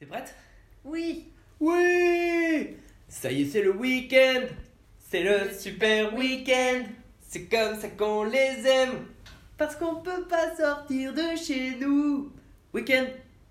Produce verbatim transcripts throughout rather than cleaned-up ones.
T'es prête? Oui. Oui! Ça y est, c'est le week-end! C'est le super week-end! C'est comme ça qu'on les aime! Parce qu'on peut pas sortir de chez nous! Week-end!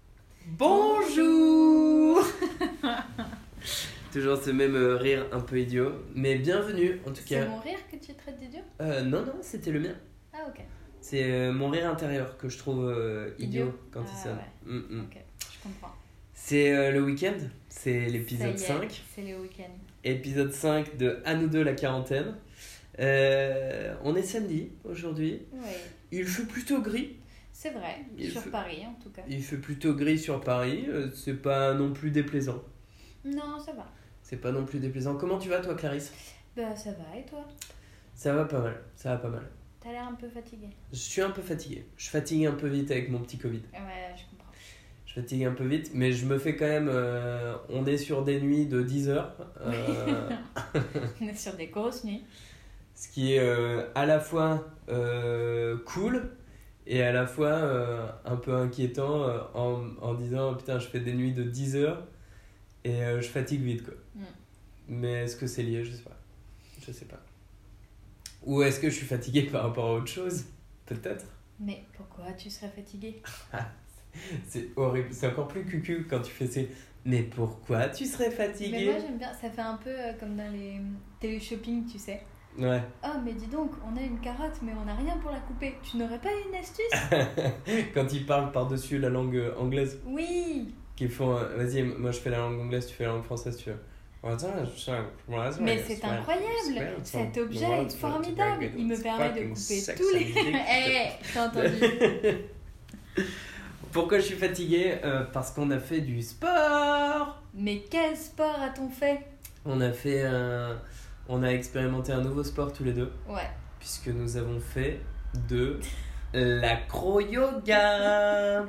Bonjour! Toujours ce même euh, rire un peu idiot, mais bienvenue en tout C'est cas. mon rire que tu traites d'idiot? Euh, non, non, c'était le mien. Ah, ok. C'est euh, mon rire intérieur que je trouve euh, idiot, Idiot. quand il Ah, sonne. ouais. Mm, mm. Ok, je comprends. C'est euh, le week-end, c'est Ça l'épisode y est, cinq. C'est le week-end. Épisode cinq de À nous deux la quarantaine. Euh, on est samedi aujourd'hui. Oui, Il fait plutôt gris. c'est vrai. Il Sur fait- Paris, en tout cas. Il fait plutôt gris sur Paris. Euh, c'est pas non plus déplaisant. Non, ça va. C'est pas non plus déplaisant. Comment tu vas toi, Clarisse? Bah, ça va. Et toi? Ça va pas mal. Ça va pas mal. T'as l'air un peu fatigué. Je suis un peu fatigué. Je fatigue un peu vite avec mon petit Covid. Ouais, je comprends. Je fatigue un peu vite, mais je me fais quand même. euh, on est sur des nuits de dix heures. euh, On est sur des grosses nuits. Ce qui est euh, à la fois euh, cool et à la fois euh, un peu inquiétant euh, en, en disant putain, je fais des nuits de dix heures et euh, je fatigue vite quoi. Mm. Mais est-ce que c'est lié? Je sais pas. Je sais pas. Ou est-ce que je suis fatigué par rapport à autre chose? Peut-être. Mais pourquoi tu serais fatigué? C'est horrible. C'est encore plus cucu quand tu fais ces. Mais pourquoi tu serais Mais fatigué? moi, j'aime bien. Ça fait un peu euh, comme dans les télé-shopping, tu sais. Ouais. Oh, mais dis donc, on a une carotte, mais on n'a rien pour la couper. Tu n'aurais pas une astuce? Quand ils parlent par-dessus la langue euh, anglaise. Oui. Qui font euh, vas-y, moi je fais la langue anglaise, tu fais la langue française, tu fais. Mais c'est incroyable. Cet objet est formidable. Il me permet de couper tous les. Eh, t'as entendu? Pourquoi je suis fatigué? Euh, Parce qu'on a fait du sport. Mais quel sport a-t-on fait? On a fait un... On a expérimenté un nouveau sport tous les deux. Ouais. Puisque nous avons fait de l'acro-yoga.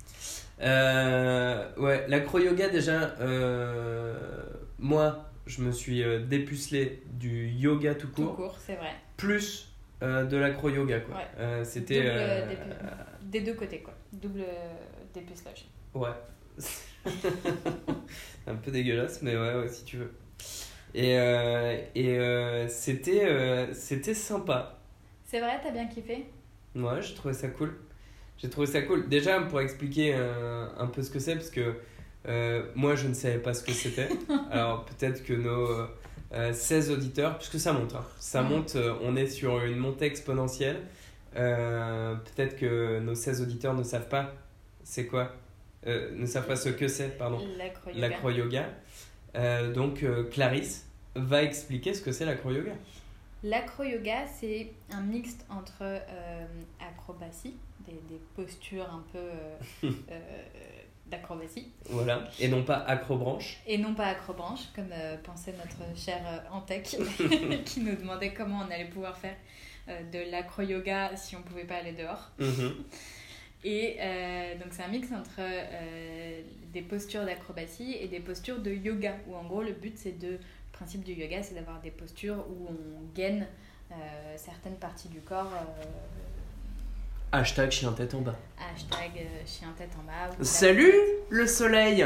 Euh, ouais, l'acro-yoga déjà, euh, moi je me suis euh, dépucelé du yoga tout Tout court, court, c'est vrai. plus euh, de l'acro-yoga quoi. Ouais. Euh, c'était. Double euh, dépu- Des deux côtés, quoi. Double dépucelage. ouais. Un peu dégueulasse, mais ouais, ouais, si tu veux. Et, euh, et euh, c'était, euh, c'était sympa. C'est vrai, t'as bien kiffé? Ouais, j'ai trouvé ça cool. J'ai trouvé ça cool. Déjà, pour expliquer euh, un peu ce que c'est, parce que euh, moi, je ne savais pas ce que c'était. Alors, peut-être que nos euh, seize auditeurs, puisque ça monte, hein, ça Mhm. monte, euh, on est sur une montée exponentielle. Euh, peut-être que nos seize auditeurs ne savent pas c'est quoi, euh, ne savent pas ce que c'est, pardon, L'acro-yoga. l'acro-yoga. Euh, donc, euh, Clarisse va expliquer ce que c'est l'acro-yoga. L'acro-yoga, c'est un mixte entre euh, acrobatie, des, des postures un peu euh, euh, d'acrobatie, Voilà. Et non pas acrobranche. et non pas acrobranche, comme euh, pensait notre cher euh, Antec, qui nous demandait comment on allait pouvoir faire euh, de l'acro-yoga si on pouvait pas aller dehors. Mhm. Et euh, donc c'est un mix entre euh, des postures d'acrobatie et des postures de yoga, où en gros le but c'est de... Le principe du yoga, c'est d'avoir des postures où on gaine euh, certaines parties du corps. Euh, Hashtag chien tête en bas. hashtag euh, chien tête en bas. ou la- Salut le soleil.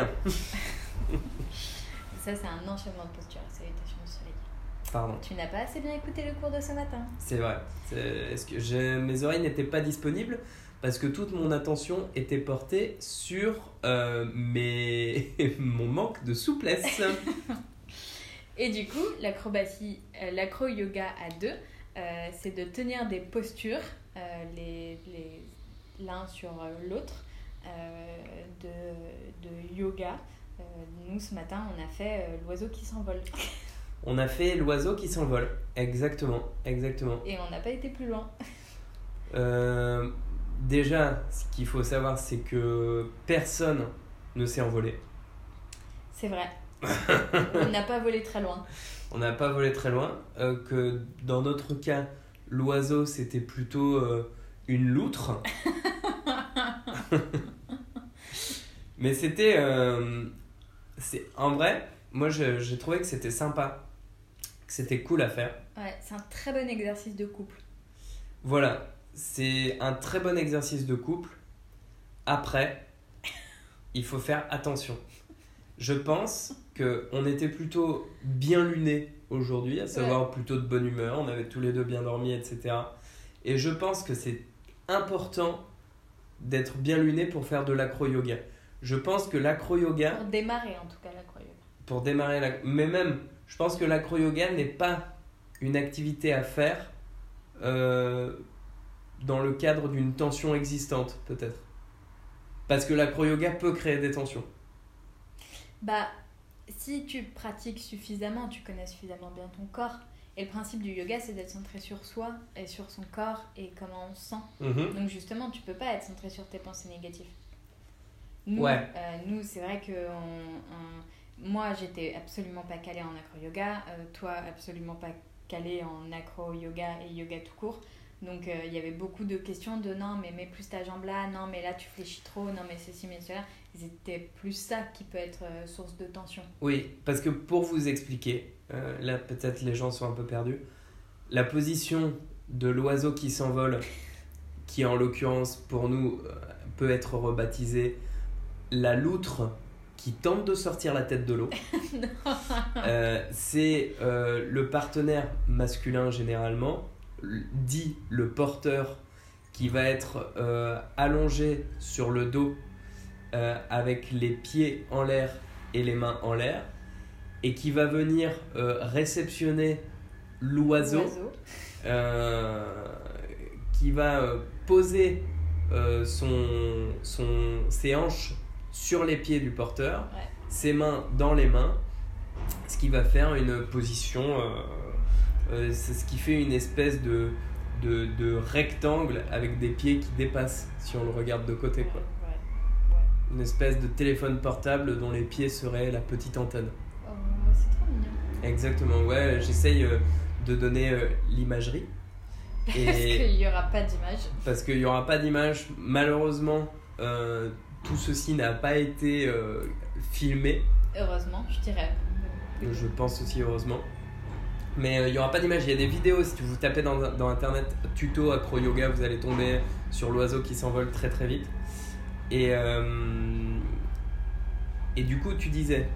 Ça, c'est un enchaînement de postures. Salutations au soleil. Pardon, Tu n'as pas assez bien écouté le cours de ce matin. c'est vrai. C'est- Est-ce que j'ai- mes oreilles n'étaient pas disponibles parce que toute mon attention était portée sur euh, mes... mon manque de souplesse. Et du coup, l'acrobatie, euh, l'acro-yoga à deux, euh, c'est de tenir des postures, euh, les, les, l'un sur euh, l'autre, euh, de, de yoga. Euh, nous, ce matin, on a fait euh, l'oiseau qui s'envole. On a fait l'oiseau qui s'envole. Exactement, exactement. Et on n'a pas été plus loin. Euh, déjà, ce qu'il faut savoir, c'est que personne ne s'est envolé. C'est vrai. On n'a pas volé très loin. On n'a pas volé très loin. Euh, que dans notre cas, l'oiseau, c'était plutôt euh, une loutre. Mais c'était... euh, c'est, en vrai, moi, je- j'ai trouvé que c'était sympa. Que c'était cool à faire. Ouais, c'est un très bon exercice de couple. Voilà. C'est un très bon exercice de couple. Après, il faut faire attention. Je pense qu'on était plutôt bien lunés aujourd'hui, à savoir ouais. plutôt de bonne humeur, on avait tous les deux bien dormi, et cetera. Et je pense que c'est important d'être bien luné pour faire de l'acro-yoga. Je pense que l'acro-yoga... Pour démarrer en tout cas l'acro-yoga. Pour démarrer, la... mais même, je pense que l'acro-yoga n'est pas une activité à faire euh, dans le cadre d'une tension existante, peut-être. Parce que l'acro-yoga peut créer des tensions. Bah, si tu pratiques suffisamment, tu connais suffisamment bien ton corps. Et le principe du yoga, c'est d'être centré sur soi et sur son corps et comment on se sent. Mmh. Donc justement, tu peux pas être centré sur tes pensées négatives. Nous, ouais. euh, nous c'est vrai que on, on... moi, j'étais absolument pas calée en acro-yoga. Euh, toi, absolument pas calée en acro-yoga et yoga tout court. Donc il euh, y avait beaucoup de questions de non, mais mets plus ta jambe là, non, mais là tu fléchis trop, non, mais ceci, mais cela. C'était plus ça qui peut être euh, source de tension. Oui, parce que pour vous expliquer, euh, là peut-être les gens sont un peu perdus, la position de l'oiseau qui s'envole, qui en l'occurrence pour nous euh, peut être rebaptisée la loutre qui tente de sortir la tête de l'eau, euh, c'est euh, le partenaire masculin généralement, dit le porteur qui va être euh, allongé sur le dos euh, avec les pieds en l'air et les mains en l'air et qui va venir euh, réceptionner l'oiseau, l'oiseau. Euh, qui va euh, poser euh, son, son, ses hanches sur les pieds du porteur, ouais. ses mains dans les mains, ce qui va faire une position... Euh, Euh, c'est ce qui fait une espèce de, de, de rectangle avec des pieds qui dépassent si on le regarde de côté, quoi. Ouais, ouais, ouais. Une espèce de téléphone portable dont les pieds seraient la petite antenne. Oh, c'est trop mignon. Exactement, ouais, j'essaye euh, de donner euh, l'imagerie. Et parce qu'il n'y aura pas d'image. Parce qu'il n'y aura pas d'image. Malheureusement, euh, tout ceci n'a pas été euh, filmé. Heureusement, je dirais. Je pense aussi heureusement. Mais il euh, n'y aura pas d'image, il y a des vidéos, si vous tapez dans, dans internet tuto acro-yoga, vous allez tomber sur l'oiseau qui s'envole très très vite. Et, euh, et du coup, tu disais,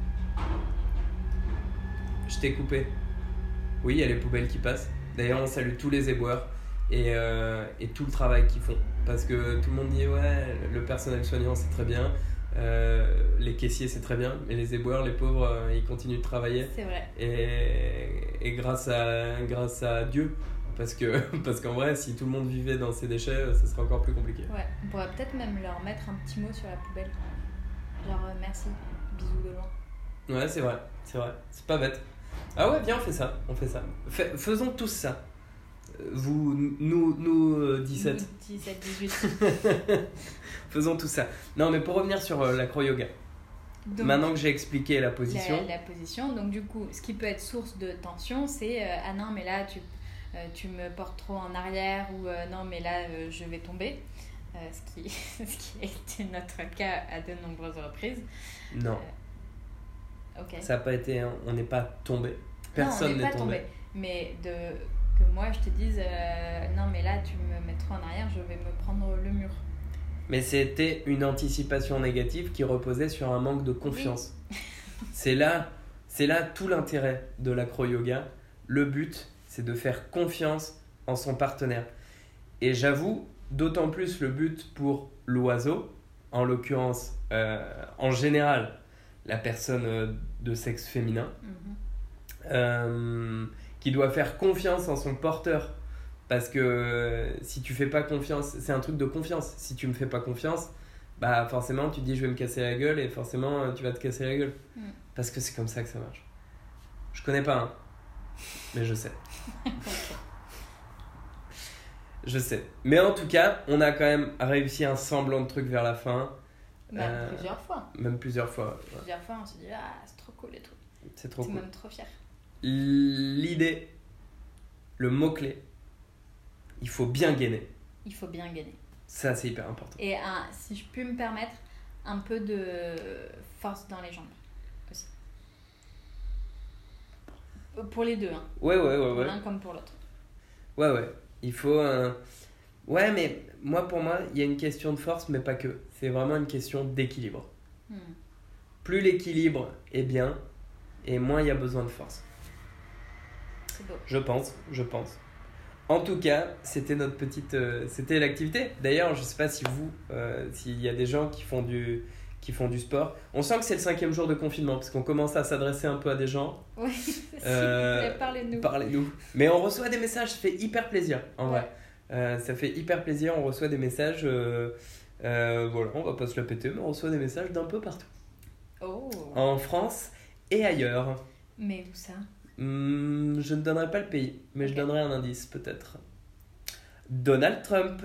je t'ai coupé. Oui, il y a les poubelles qui passent. D'ailleurs, on salue tous les éboueurs et, euh, et tout le travail qu'ils font. Parce que tout le monde dit, ouais, le personnel soignant c'est très bien. Euh, les caissiers c'est très bien, mais les éboueurs, les pauvres, euh, ils continuent de travailler. C'est vrai. Et, et grâce à grâce à Dieu, parce que parce qu'en vrai, si tout le monde vivait dans ces déchets, ça serait encore plus compliqué. Ouais, on pourrait peut-être même leur mettre un petit mot sur la poubelle, genre euh, merci, bisous de loin. Ouais, c'est vrai, c'est vrai, c'est pas bête. Ah ouais, viens, on fait ça, on fait ça. Fais, faisons tous ça. Vous, nous, nous dix-sept. Nous, dix-sept, dix-huit. Faisons tout ça. Non, mais pour revenir sur euh, l'acro-yoga. Donc, maintenant que j'ai expliqué la position. La, la position, donc du coup, ce qui peut être source de tension, c'est euh, ah non, mais là, tu, euh, tu me portes trop en arrière, ou euh, non, mais là, euh, je vais tomber. Euh, ce, qui, ce qui a été notre cas à de nombreuses reprises. Non. Euh, ok. Ça n'a pas été. On n'est pas tombé. Personne non, on n'est n'est pas tombé. tombé. Mais de. Que moi je te dise euh, non mais là tu me mets trop en arrière, je vais me prendre le mur. Mais c'était une anticipation négative qui reposait sur un manque de confiance. Oui. c'est là c'est là tout l'intérêt de l'acro-yoga. Le but, c'est de faire confiance en son partenaire. Et j'avoue, d'autant plus le but pour l'oiseau, en l'occurrence euh, en général la personne euh, de sexe féminin. Mm-hmm. euh, qui doit faire confiance en son porteur. Parce que si tu fais pas confiance, c'est un truc de confiance. Si tu me fais pas confiance, bah forcément tu te dis je vais me casser la gueule et forcément tu vas te casser la gueule. Mm. Parce que c'est comme ça que ça marche. Je connais pas, hein, mais je sais. Je sais. Mais en tout cas, on a quand même réussi un semblant de truc vers la fin. Même euh, plusieurs fois. Même plusieurs fois. Ouais. Plusieurs fois, on se dit ah c'est trop cool et tout. C'est trop c'est cool. Même trop fier. L'idée, le mot-clé, il faut bien gainer. Il faut bien gainer. Ça, c'est hyper important. Et un, si je peux me permettre, un peu de force dans les jambes aussi. Pour les deux. Hein. Ouais, ouais, ouais. Pour ouais. l'un comme pour l'autre. Ouais, ouais. Il faut... Un... Ouais, mais moi, pour moi, il y a une question de force, mais pas que. C'est vraiment une question d'équilibre. Hmm. plus l'équilibre est bien et moins il y a besoin de force. C'est beau. Je pense, je pense. En tout cas, c'était notre petite, euh, c'était l'activité. D'ailleurs, je sais pas si vous, euh, s'il y a des gens qui font du, qui font du sport. On sent que c'est le cinquième jour de confinement parce qu'on commence à s'adresser un peu à des gens. Oui, s'il Euh, vous plaît, parlez-nous. Parlez-nous. Mais on reçoit des messages, ça fait hyper plaisir, en Ouais. vrai. Euh, ça fait hyper plaisir, on reçoit des messages. Euh, euh, voilà, on va pas se la péter, mais on reçoit des messages d'un peu partout. Oh. En France et ailleurs. Mais où ça? Hmm, je ne donnerai pas le pays, mais je Ok. donnerai un indice peut-être. Donald Trump.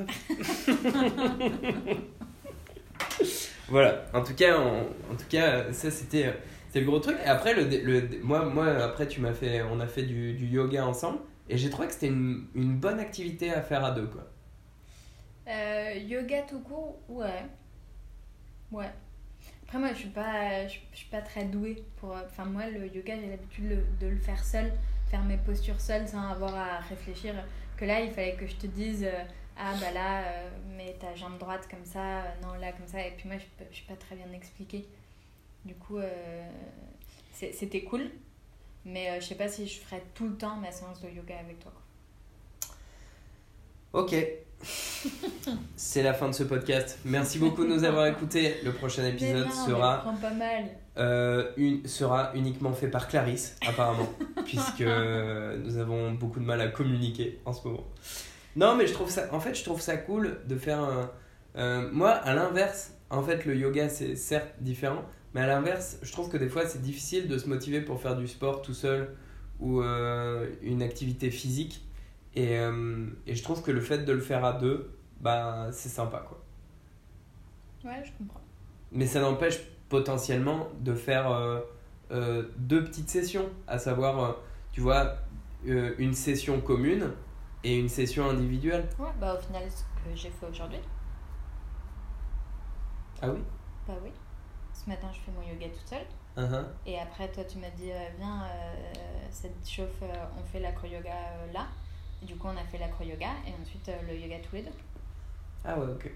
Voilà. En tout cas, en, en tout cas, ça c'était, c'est le gros truc. Et après, le, le, moi, moi, après, tu m'as fait, on a fait du, du yoga ensemble, et j'ai trouvé que c'était une, une bonne activité à faire à deux, quoi. Euh, yoga tout court, ouais. Ouais. Après, moi, je suis pas, je, je suis pas très douée pour. Enfin, moi, le yoga, j'ai l'habitude de, de le faire seule, faire mes postures seule sans avoir à réfléchir. Que là, il fallait que je te dise, euh, ah bah là, euh, mets ta jambe droite comme ça, euh, non, là comme ça. Et puis moi, je peux- je suis pas très bien expliquer. Du coup, euh, c'est- c'était cool. Mais euh, je sais pas si je ferais tout le temps ma séance de yoga avec toi, quoi. Ok. C'est la fin de ce podcast. Merci beaucoup de nous avoir écoutés. Le prochain épisode Mais non, sera. mais prends pas mal. Euh, une, sera uniquement fait par Clarisse, apparemment, puisque nous avons beaucoup de mal à communiquer en ce moment. Non, mais je trouve ça, en fait, je trouve ça cool de faire un. Euh, moi, à l'inverse, en fait, le yoga c'est certes différent, mais à l'inverse, je trouve que des fois c'est difficile de se motiver pour faire du sport tout seul ou euh, une activité physique. Et, euh, et je trouve que le fait de le faire à deux, bah, c'est sympa, quoi. Ouais, je comprends. Mais ça n'empêche potentiellement de faire euh, euh, deux petites sessions, à savoir, euh, tu vois, euh, une session commune et une session individuelle. Ouais, bah au final, ce que j'ai fait aujourd'hui, Ah oui? bah oui. Ce matin, je fais mon yoga toute seule. Uh-huh. Et après, toi, tu m'as dit, euh, viens, euh, ça te chauffe, euh, on fait l'acro-yoga euh, là. Et du coup, on a fait l'acro-yoga et ensuite euh, le yoga tous les deux. Ah ouais, ok.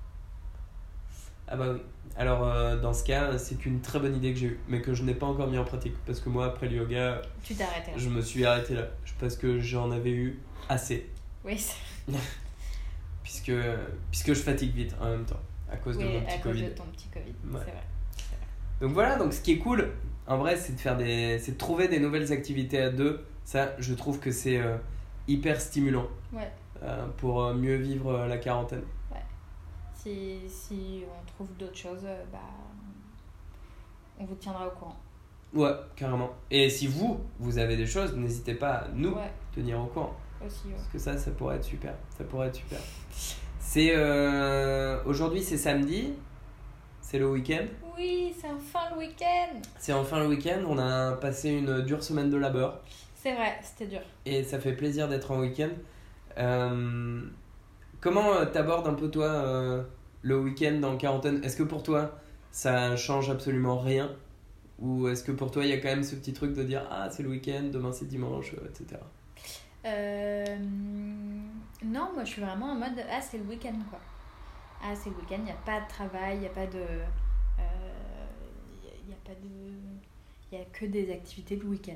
Ah bah oui. Alors, euh, dans ce cas, c'est une très bonne idée que j'ai eue, mais que je n'ai pas encore mis en pratique. Parce que moi, après le yoga, Tu t'es arrêté là. je me suis arrêté là. Parce que j'en avais eu assez. Oui, c'est... Puisque, puisque je fatigue vite en même temps, à cause de oui, mon à petit cause Covid. de ton petit Covid, Ouais. c'est vrai. Donc voilà, donc ce qui est cool, en vrai, c'est de faire des, c'est de trouver des nouvelles activités à deux. Ça, je trouve que c'est euh, hyper stimulant Ouais, euh, pour euh, mieux vivre euh, la quarantaine. si, si on trouve d'autres choses, euh, bah, on vous tiendra au courant. Ouais, carrément. Et si vous, vous avez des choses, n'hésitez pas à nous Ouais, tenir au courant. aussi, ouais. Parce que ça, ça pourrait être super. Ça pourrait être super. C'est euh, aujourd'hui, c'est samedi. C'est le week-end. Oui, c'est enfin le week-end. C'est enfin le week-end. On a passé une dure semaine de labeur. C'est vrai, c'était dur. Et ça fait plaisir d'être en week-end. Euh, comment euh, t'abordes un peu toi euh, le week-end en quarantaine? Est-ce que pour toi ça change absolument rien? Ou est-ce que pour toi il y a quand même ce petit truc de dire ah c'est le week-end, demain c'est dimanche, euh, et cetera. Euh, non, moi je suis vraiment en mode ah c'est le week-end quoi. Ah c'est le week-end, il n'y a pas de travail, il n'y a pas de... Il euh, n'y a, a pas de... Il n'y a que des activités le week-end.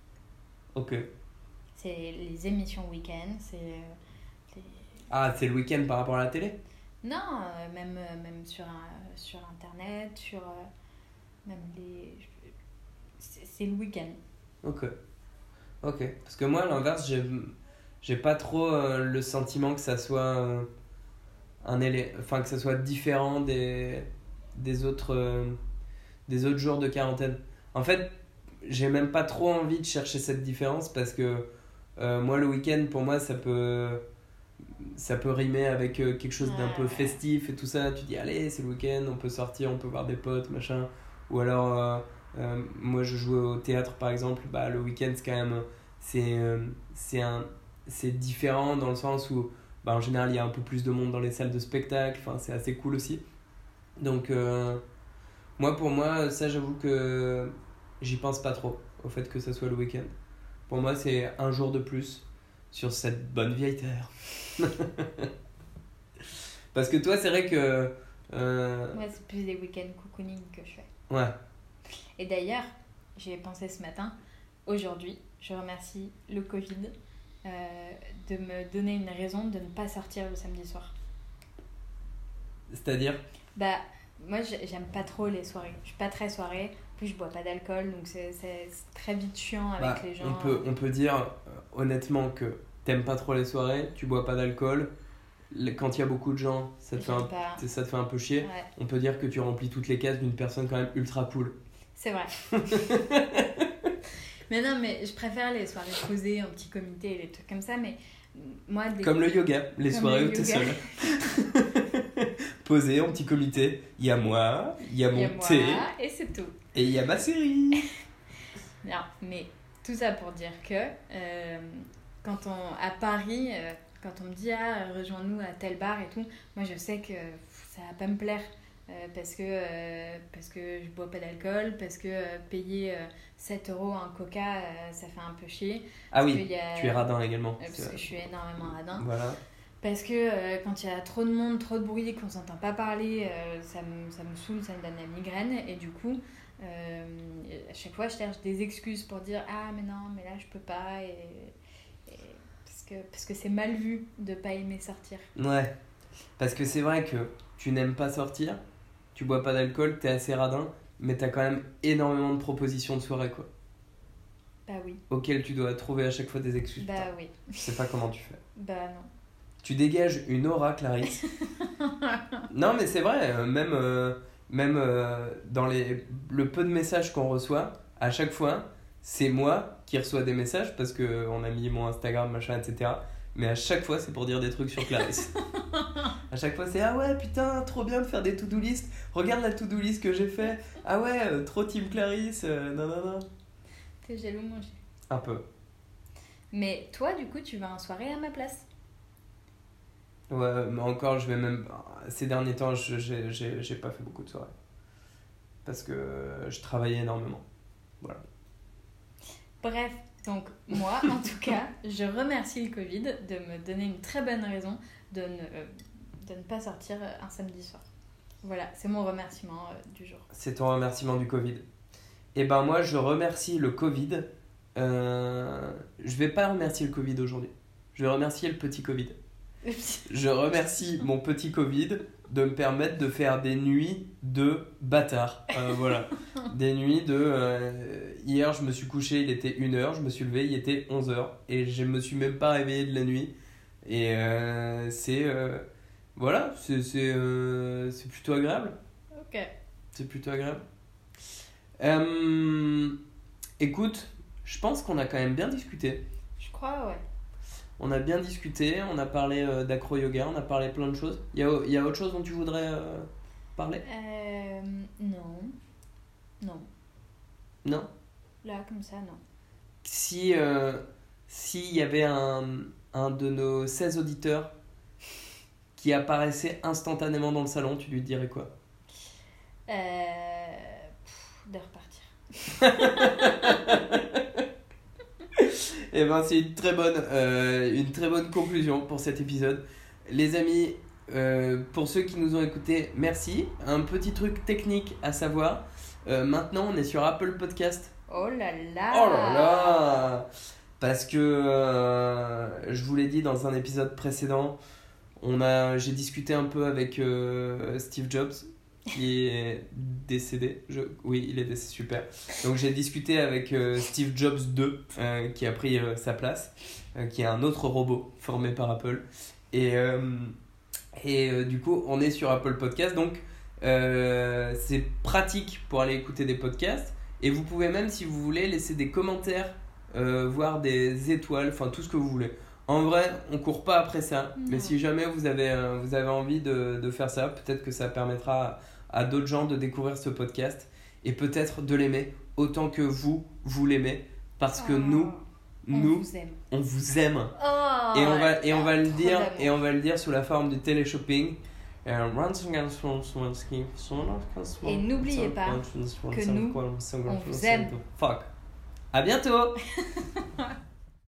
Ok. C'est les émissions week-end, c'est... euh, les... Ah c'est le week-end par rapport à la télé? Non, euh, même, euh, même sur, un, sur internet, sur... euh, même les... C'est, c'est le week-end. Ok. Ok. Parce que moi à l'inverse j'ai, j'ai pas trop euh, le sentiment que ça soit euh, un élé... enfin que ça soit différent des, des autres euh, des autres jours de quarantaine. En fait, j'ai même pas trop envie de chercher cette différence parce que euh, moi le week-end pour moi ça peut ça peut rimer avec euh, quelque chose d'un peu Ouais. festif et tout ça. Tu dis allez c'est le week-end, on peut sortir, on peut voir des potes machin. Ou alors euh, euh, moi je jouais au théâtre par exemple, bah le week-end c'est quand même c'est euh, c'est un c'est différent dans le sens où bah en général il y a un peu plus de monde dans les salles de spectacle, enfin c'est assez cool aussi. Donc euh, moi pour moi ça j'avoue que j'y pense pas trop au fait que ça soit le week-end. Pour moi c'est un jour de plus sur cette bonne vieille terre. Parce que toi c'est vrai que euh, Ouais, c'est plus des week-ends cocooning que je fais. ouais. Et d'ailleurs, j'y ai pensé ce matin, aujourd'hui, je remercie le Covid euh, de me donner une raison de ne pas sortir le samedi soir. C'est-à-dire ? Bah, moi, j'aime pas trop les soirées. Je suis pas très soirée. En plus, je bois pas d'alcool, donc c'est, c'est, c'est très vite chiant avec bah, les gens. On peut, on peut dire euh, honnêtement que t'aimes pas trop les soirées, tu bois pas d'alcool. Quand il y a beaucoup de gens, ça te, fait un, ça te fait un peu chier. Ouais. On peut dire que tu remplis toutes les cases d'une personne quand même ultra cool. C'est vrai. Mais non, mais je préfère les soirées posées en petit comité et les trucs comme ça, mais moi... Des... Comme le yoga, les comme soirées où t'es seule. Posé en petit comité, il y a moi, il y a mon thé. Et c'est tout. Et il y a ma série. Non, mais tout ça pour dire que euh, quand on... À Paris... Euh, quand on me dit ah, rejoins-nous à tel bar et tout, moi je sais que ça va pas me plaire euh, parce, que, euh, parce que je bois pas d'alcool, parce que euh, payer euh, sept euros un coca, euh, ça fait un peu chier. Ah oui, y a... tu es radin également. Euh, parce que je suis énormément radin. Voilà. Parce que euh, quand il y a trop de monde, trop de bruit, qu'on s'entend pas parler, euh, ça, me, ça me saoule, ça me donne la migraine. Et du coup, euh, à chaque fois, je cherche des excuses pour dire ah, mais non, mais là, je peux pas. Et, et parce, que, parce que c'est mal vu de pas aimer sortir. Ouais, parce que c'est vrai que tu n'aimes pas sortir, tu bois pas d'alcool, t'es assez radin, mais t'as quand même énormément de propositions de soirée, quoi. Bah oui. Auxquelles tu dois trouver à chaque fois des excuses. Bah oui. Je sais pas comment tu fais. Bah non. Tu dégages une aura, Clarisse. Non, mais c'est vrai, euh, même, euh, même euh, dans les, le peu de messages qu'on reçoit, à chaque fois, c'est moi qui reçois des messages parce qu'on a mis mon Instagram, machin, et cetera. Mais à chaque fois, c'est pour dire des trucs sur Clarisse. À chaque fois, c'est ah ouais, putain, trop bien de faire des to-do list. Regarde la to-do list que j'ai fait. Ah ouais, euh, trop team Clarisse. Euh, non, non, non. T'es jaloux, mon Dieu. Un peu. Mais toi, du coup, tu vas en soirée à ma place. Ouais, mais encore, je vais même. Ces derniers temps, je, j'ai, j'ai, j'ai pas fait beaucoup de soirées. Parce que je travaillais énormément. Voilà. Bref, donc moi, en tout cas, je remercie le Covid de me donner une très bonne raison de ne, euh, de ne pas sortir un samedi soir. Voilà, c'est mon remerciement euh, du jour. C'est ton remerciement du Covid. Et ben moi, je remercie le Covid. Euh, je vais pas remercier le Covid aujourd'hui. Je vais remercier le petit Covid. Je remercie mon petit Covid de me permettre de faire des nuits de bâtard. Euh, voilà. Des nuits de... Euh, hier, je me suis couché, il était une heure. Je me suis levé, il était onze heures. Et je me suis même pas réveillé de la nuit. Et euh, c'est... Euh, voilà, c'est, c'est, euh, c'est plutôt agréable. Ok. C'est plutôt agréable. Euh, écoute, je pense qu'on a quand même bien discuté. Je crois, ouais. On a bien discuté, on a parlé euh, d'acro-yoga, on a parlé plein de choses. Il y a, y a autre chose dont tu voudrais euh, parler ? Euh... Non. Non. Non ? Là, comme ça, non. Si euh, s'il y avait un, un de nos seize auditeurs qui apparaissait instantanément dans le salon, tu lui dirais quoi ? Euh... Pff, de repartir. Et ben c'est une très bonne, euh, une très bonne conclusion pour cet épisode. Les amis, euh, pour ceux qui nous ont écoutés, merci. Un petit truc technique à savoir. Euh, maintenant, on est sur Apple Podcast. Oh là là. Oh là là. Parce que euh, je vous l'ai dit dans un épisode précédent, on a, j'ai discuté un peu avec euh, Steve Jobs, qui est décédé. Je, oui, il est décédé, super. Donc j'ai discuté avec euh, Steve Jobs deux, euh, qui a pris euh, sa place, euh, qui est un autre robot formé par Apple. Et, euh, et euh, du coup, on est sur Apple Podcast, donc euh, c'est pratique pour aller écouter des podcasts. Et vous pouvez même, si vous voulez, laisser des commentaires, euh, voire des étoiles, enfin tout ce que vous voulez. En vrai, on court pas après ça, non. Mais si jamais vous avez, euh, vous avez envie de, de faire ça, peut-être que ça permettra à, à d'autres gens de découvrir ce podcast et peut-être de l'aimer autant que vous, vous l'aimez, parce que oh, nous, on nous, vous aime. on vous aime. Oh, et on va, et on va le dire, d'amour. et on va le dire sous la forme du téléshopping. Et n'oubliez pas que nous, on vous aime. Fuck. À bientôt.